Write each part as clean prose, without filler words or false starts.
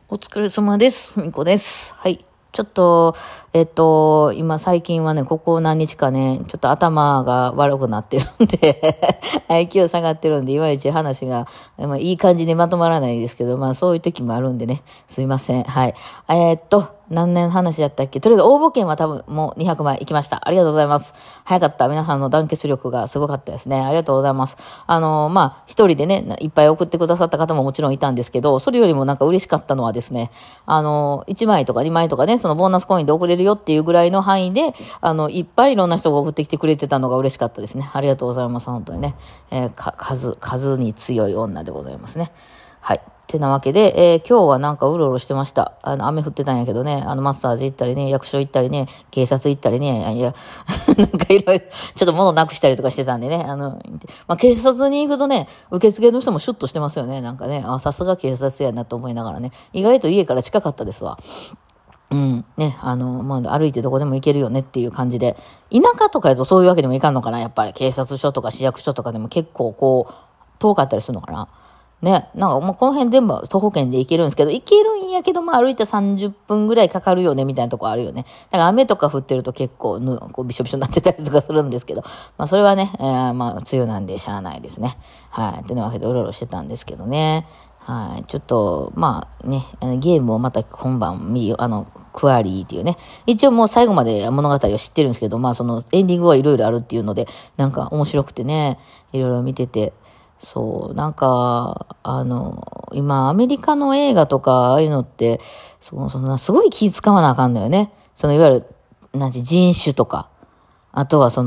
お疲れ様です。ふみこです。はい。ちょっと、今最近はね、ここ何日かね、ちょっと頭が悪くなってるんで、IQ 下がってるんで、いまいち話が、いい感じにまとまらないですけど、そういう時もあるんでね、すいません。はい。何年話だったっけ。とりあえず応募券は多分もう200枚行きました。ありがとうございます。早かった。皆さんの団結力がすごかったですね。ありがとうございます。一人でね、いっぱい送ってくださった方ももちろんいたんですけど、それよりもなんか嬉しかったのはですね、1枚とか2枚とかね、そのボーナスコインで送れるよっていうぐらいの範囲で、いっぱいいろんな人が送ってきてくれてたのが嬉しかったですね。ありがとうございます。本当にね。数に強い女でございますね。はい。ってなわけで、今日はなんかうろうろしてました。雨降ってたんやけどね、マッサージ行ったりね、役所行ったりね、警察行ったりね、なんかいろいろ、ちょっと物なくしたりとかしてたんでね、警察に行くとね、受付の人もシュッとしてますよね、なんかね、さすが警察やなと思いながらね、意外と家から近かったですわ。うん。ね、歩いてどこでも行けるよねっていう感じで、田舎とかやとそういうわけにもいかんのかな、やっぱり警察署とか市役所とかでも結構こう、遠かったりするのかな。ね、なんかこの辺全部徒歩圏で行けるんですけど、行けるんやけど、歩いて30分ぐらいかかるよね、みたいなとこあるよね。だから雨とか降ってると結構こうびしょびしょになってたりとかするんですけど、それはね、梅雨なんでしゃあないですね。はい。ってなわけでうろうろしてたんですけどね。はい。ちょっと、ゲームをまた今晩クアリーっていうね。一応もう最後まで物語を知ってるんですけど、そのエンディングはいろいろあるっていうので、なんか面白くてね、いろいろ見てて、そう、なんか、今、アメリカの映画とか、ああいうのって、そんな、すごい気使わなあかんのよね。いわゆる、人種とか、あとは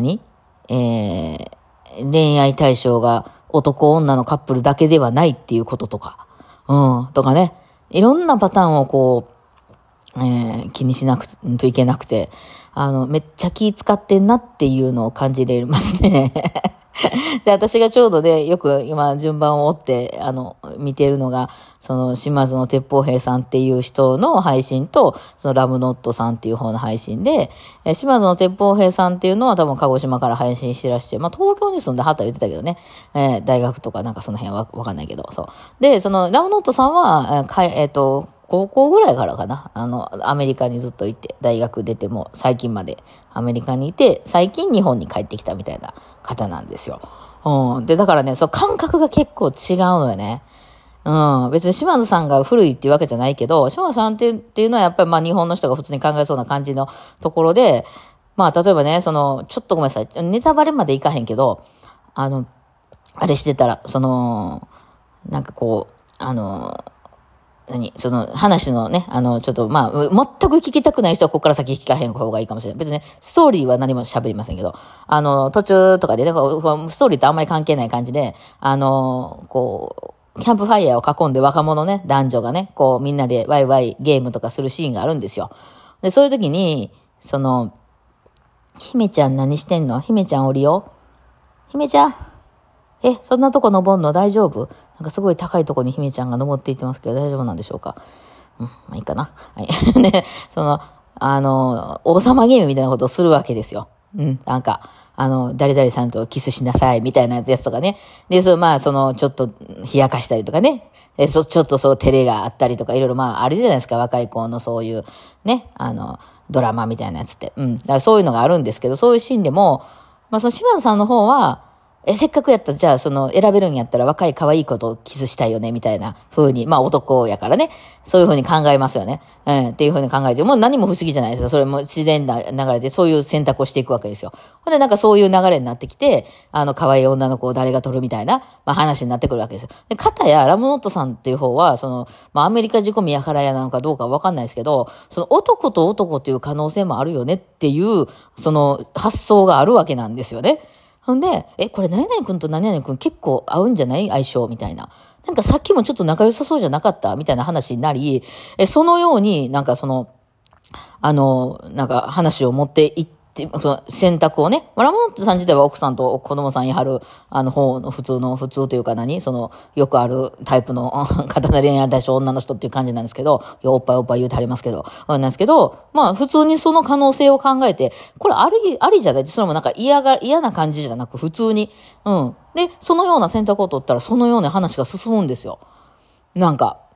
恋愛対象が男女のカップルだけではないっていうこととか、とかね、いろんなパターンをこう、気にしなくといけなくて、めっちゃ気使ってんなっていうのを感じれますね。で、私がちょうどで、よく今順番を追って、見ているのが、島津の鉄砲兵さんっていう人の配信と、ラムノットさんっていう方の配信で、島津の鉄砲兵さんっていうのは多分鹿児島から配信してらして、東京に住んではった言ってたけどね、大学とかなんかその辺はわかんないけど、そう。で、ラムノットさんは、高校ぐらいからかな。アメリカにずっといて、大学出ても最近までアメリカにいて、最近日本に帰ってきたみたいな方なんですよ。うん。で、だからね、感覚が結構違うのよね。うん。別に島津さんが古いっていうわけじゃないけど、島津さんっていうのはやっぱり日本の人が普通に考えそうな感じのところで、例えばね、ちょっとごめんなさい。ネタバレまでいかへんけど、あれしてたら、なんかこう、話のね、ちょっと全く聞きたくない人はここから先聞かへん方がいいかもしれない。別にね、ストーリーは何も喋りませんけど、途中とかでね、ストーリーとあんまり関係ない感じで、キャンプファイヤーを囲んで若者ね、男女がね、みんなでワイワイゲームとかするシーンがあるんですよ。で、そういう時に、姫ちゃん何してんの？姫ちゃんおりよ？姫ちゃんそんなとこ登んの大丈夫？なんかすごい高いとこに姫ちゃんが登っていってますけど大丈夫なんでしょうか？いいかな。はい。ね、王様ゲームみたいなことをするわけですよ。なんか、誰々さんとキスしなさいみたいなやつとかね。で、ちょっと冷やかしたりとかね。ちょっと照れがあったりとか、いろいろあるじゃないですか。若い子のそういう、ね、ドラマみたいなやつって。だからそういうのがあるんですけど、そういうシーンでも、島田さんの方は、せっかくやったら、じゃあ選べるんやったら若い可愛い子とキスしたいよね、みたいな風に、男やからね、そういう風に考えますよね。っていう風に考えて、もう何も不思議じゃないですか。それも自然な流れで、そういう選択をしていくわけですよ。ほんで、なんかそういう流れになってきて、可愛い女の子を誰が取るみたいな、話になってくるわけですよ。で、片や、ラムノットさんっていう方は、アメリカ仕込みやからやなのかどうかわかんないですけど、男と男っていう可能性もあるよねっていう、発想があるわけなんですよね。ほんで、これ何々くんと何々くん結構合うんじゃない相性みたいな。なんかさっきもちょっと仲良さそうじゃなかったみたいな話になり、そのようになんかなんか話を持っていって、選択をね、ラムノットさん自体は奥さんと子供さんいはる、方の普通というかよくあるタイプの刀恋愛対象女の人っていう感じなんですけど、おっぱいおっぱい言うてはりますけど、なんですけど、普通にその可能性を考えて、これありじゃない？それもなんか嫌な感じじゃなく普通に、で、そのような選択を取ったらそのような話が進むんですよ。なんか、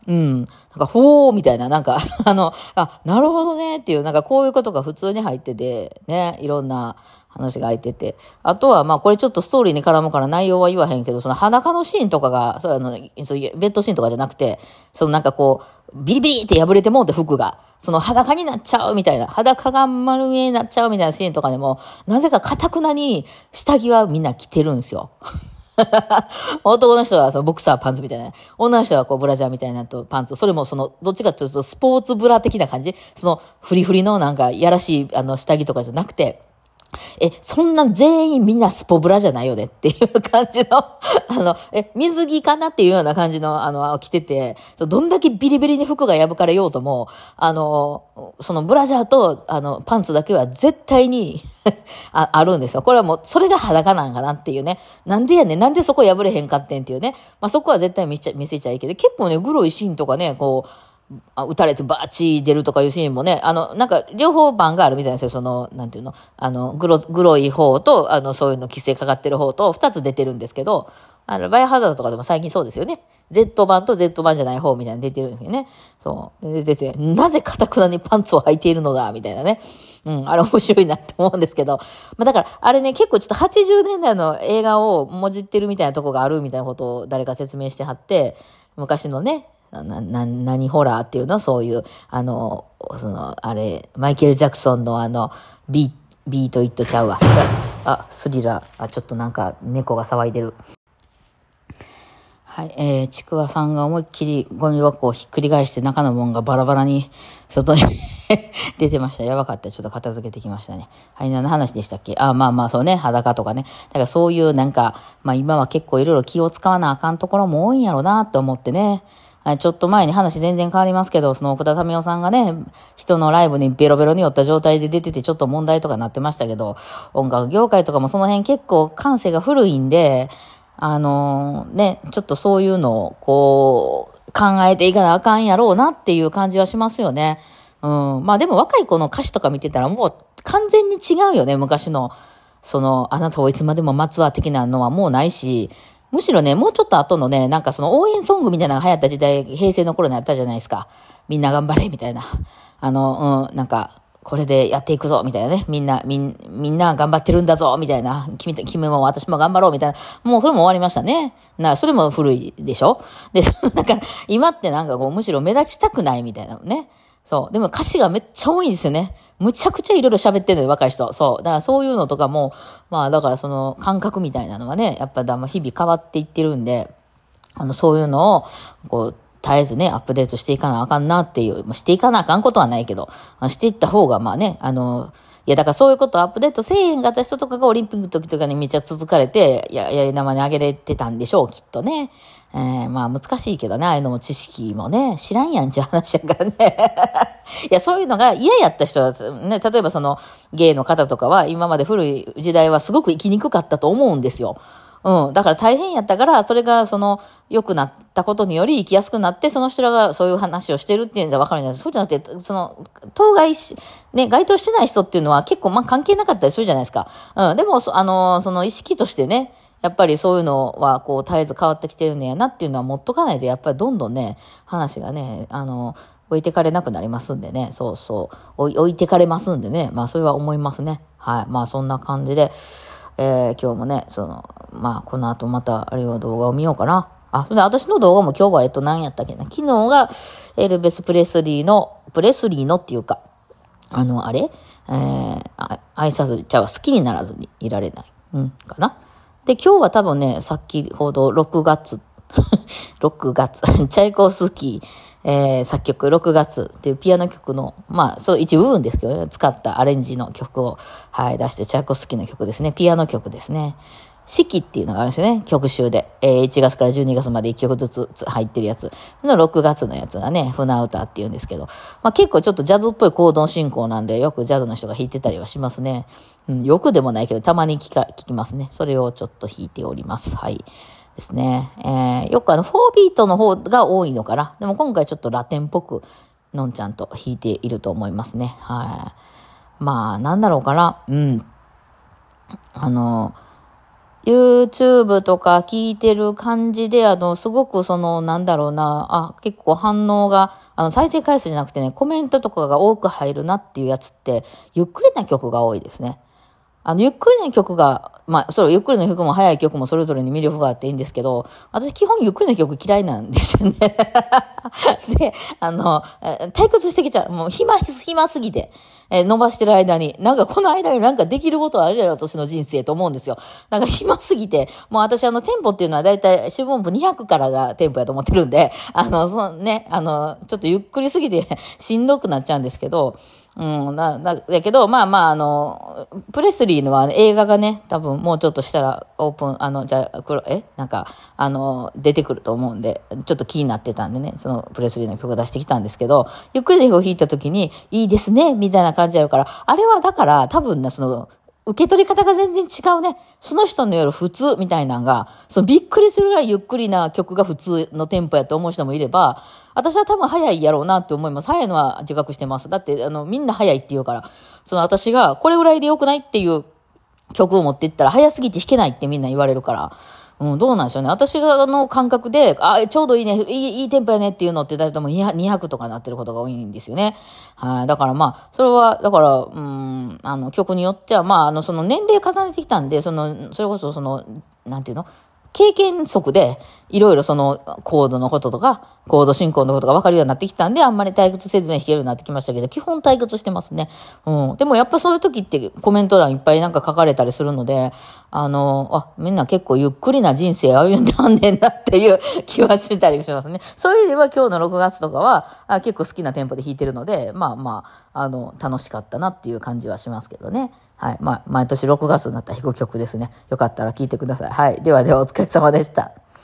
うん。なんか、ほーみたいな、なんかなるほどねっていう、なんかこういうことが普通に入ってて、ね、いろんな話が入ってて。あとは、まあ、これちょっとストーリーに絡むから内容は言わへんけど、その裸のシーンとかが、そういうベッドシーンとかじゃなくて、そのなんかこう、ビリビリって破れてもうて服が、その裸になっちゃうみたいな、裸が丸見えになっちゃうみたいなシーンとかでも、なぜか堅くなに下着はみんな着てるんですよ。男の人はそのボクサーパンツみたいな。女の人はこうブラジャーみたいなとパンツ。それもその、どっちかというとスポーツブラ的な感じ。そのフリフリのなんかやらしい下着とかじゃなくて、そんな全員みんなスポブラじゃないよねっていう感じの、水着かなっていうような感じの、着てて、どんだけビリビリに服が破かれようとも、そのブラジャーと、パンツだけは絶対にあるんですよ。これはもう、それが裸なんかなっていうね。なんでやねん、なんでそこ破れへんかってんっていうね。まあ、そこは絶対見せちゃいけない。結構ね、グロいシーンとかね、こう、撃たれてバーチ出るとかいうシーンもね、なんか両方版があるみたいなんですよ。その、なんていうの、グロい方と、そういうの規制かかってる方と、二つ出てるんですけど、バイオハザードとかでも最近そうですよね。Z 版と Z 版じゃない方みたいなの出てるんですよね。そう。出て、なぜ堅くなにパンツを履いているのだ、みたいなね。うん、あれ面白いなって思うんですけど。まあだから、あれね、結構ちょっと80年代の映画をもじってるみたいなとこがあるみたいなことを誰か説明してはって、昔のね、何ホラーっていうのそういう、マイケル・ジャクソンのビート・イットちゃうわ。スリラー。ちょっとなんか猫が騒いでる。はい、ちくわさんが思いっきりゴミ箱をひっくり返して中のもんがバラバラに外に出てました。やばかった。ちょっと片付けてきましたね。はい、何の話でしたっけ？まあそうね、裸とかね。だからそういうなんか、まあ今は結構いろいろ気を使わなあかんところも多いんやろうなと思ってね。ちょっと前に話全然変わりますけど、その奥田民生さんがね、人のライブにベロベロに寄った状態で出ててちょっと問題とかなってましたけど、音楽業界とかもその辺結構感性が古いんで、ちょっとそういうのをこう考えていかなあかんやろうなっていう感じはしますよね。まあでも若い子の歌詞とか見てたらもう完全に違うよね、昔の。あなたをいつまでも待つわ的なのはもうないし、むしろね、もうちょっと後のね、なんかその応援ソングみたいなのが流行った時代、平成の頃にあったじゃないですか。みんな頑張れみたいな。なんか、これでやっていくぞみたいなね。みんな頑張ってるんだぞみたいな。君も私も頑張ろうみたいな。もうそれも終わりましたね。それも古いでしょで、なんか、今ってなんかこう、むしろ目立ちたくないみたいなね。そう。でも歌詞がめっちゃ多いんですよね。むちゃくちゃいろいろ喋ってるのよ、若い人。そう。だからそういうのとかも、まあだからその感覚みたいなのはね、やっぱ日々変わっていってるんで、そういうのを、こう、絶えずね、アップデートしていかなあかんなっていう、していかなあかんことはないけど、していった方がまあね、いやだからそういうことをアップデートせえへんかった人とかがオリンピックの時とかにめっちゃ続かれて、やり玉にあげれてたんでしょう、きっとね。まあ難しいけどね、ああいうのも知識もね、知らんやんちゅう話やからね。いや、そういうのが嫌やった人は、ね、例えばその、ゲイの方とかは、今まで古い時代はすごく生きにくかったと思うんですよ。だから大変やったから、それが良くなったことにより生きやすくなって、その人らがそういう話をしてるっていうのがわかるんです。そうじゃなくて、当該当してない人っていうのは結構関係なかったりするじゃないですか。でも、意識としてね、やっぱりそういうのは、こう、絶えず変わってきてるんやなっていうのは持っとかないと、やっぱりどんどんね、話がね、置いてかれなくなりますんでね、置いてかれますんでね、まあ、それは思いますね。はい。まあ、そんな感じで、今日もね、この後また、あれは動画を見ようかな。それで私の動画も今日は、何やったっけな。昨日が、エルベス・プレスリーのっていうか、愛さず、好きにならずにいられない。かな。で、今日は多分ね、先ほど6月、チャイコフスキー、作曲6月っていうピアノ曲の、一部分ですけどね、使ったアレンジの曲を、出して、チャイコフスキーの曲ですね、ピアノ曲ですね。四季っていうのがあるんですよね、曲集で。1月から12月まで1曲ずつ入ってるやつ。の6月のやつがね、船歌って言うんですけど。結構ちょっとジャズっぽいコード進行なんで、よくジャズの人が弾いてたりはしますね。よくでもないけど、たまに聞きますね。それをちょっと弾いております。はい。ですね。よく4ビートの方が多いのかな。でも今回ちょっとラテンっぽく、のんちゃんと弾いていると思いますね。なんだろうかな。 YouTube とか聞いてる感じで、すごくなんだろうな、結構反応が、再生回数じゃなくてね、コメントとかが多く入るなっていうやつって、ゆっくりな曲が多いですね。ゆっくりな曲が、ゆっくりな曲も速い曲もそれぞれに魅力があっていいんですけど、私基本ゆっくりな曲嫌いなんですよね。で、退屈してきちゃう。もう暇すぎて、伸ばしてる間に、なんかこの間になんかできることあるやろ、私の人生と思うんですよ。なんか暇すぎて、もう私テンポっていうのはだいたい四分音符200からがテンポやと思ってるんで、ちょっとゆっくりすぎてしんどくなっちゃうんですけど、だけど、プレスリーのは映画がね、多分もうちょっとしたらオープン、出てくると思うんで、ちょっと気になってたんでね、そのプレスリーの曲出してきたんですけど、ゆっくりな曲を弾いた時に、いいですね、みたいな感じやるから、あれはだから多分ね、受け取り方が全然違うね。その人の夜普通みたいなのが、びっくりするぐらいゆっくりな曲が普通のテンポやと思う人もいれば、私は多分早いやろうなって思います。早いのは自覚してます。だって、みんな早いって言うから、私がこれぐらいで良くないっていう曲を持っていったら早すぎて弾けないってみんな言われるから、どうなんでしょうね。私が感覚で、ちょうどいいね、いいテンポやねっていうのってだいたいもう200とかなってることが多いんですよね。はい。だからそれは、だから、曲によっては、その年齢重ねてきたんで、それこそなんていうの経験則で、いろいろコードのこととか、コード進行のことが分かるようになってきたんで、あんまり退屈せずに弾けるようになってきましたけど、基本退屈してますね。でもやっぱそういう時ってコメント欄いっぱいなんか書かれたりするので、みんな結構ゆっくりな人生歩んではんねんなっていう気はしたりしますね。そういう意味では今日の6月とかは、結構好きなテンポで弾いてるので、楽しかったなっていう感じはしますけどね。はい。毎年6月になった弾く曲ですね。よかったら聴いてください。はい。ではお疲れ様でした。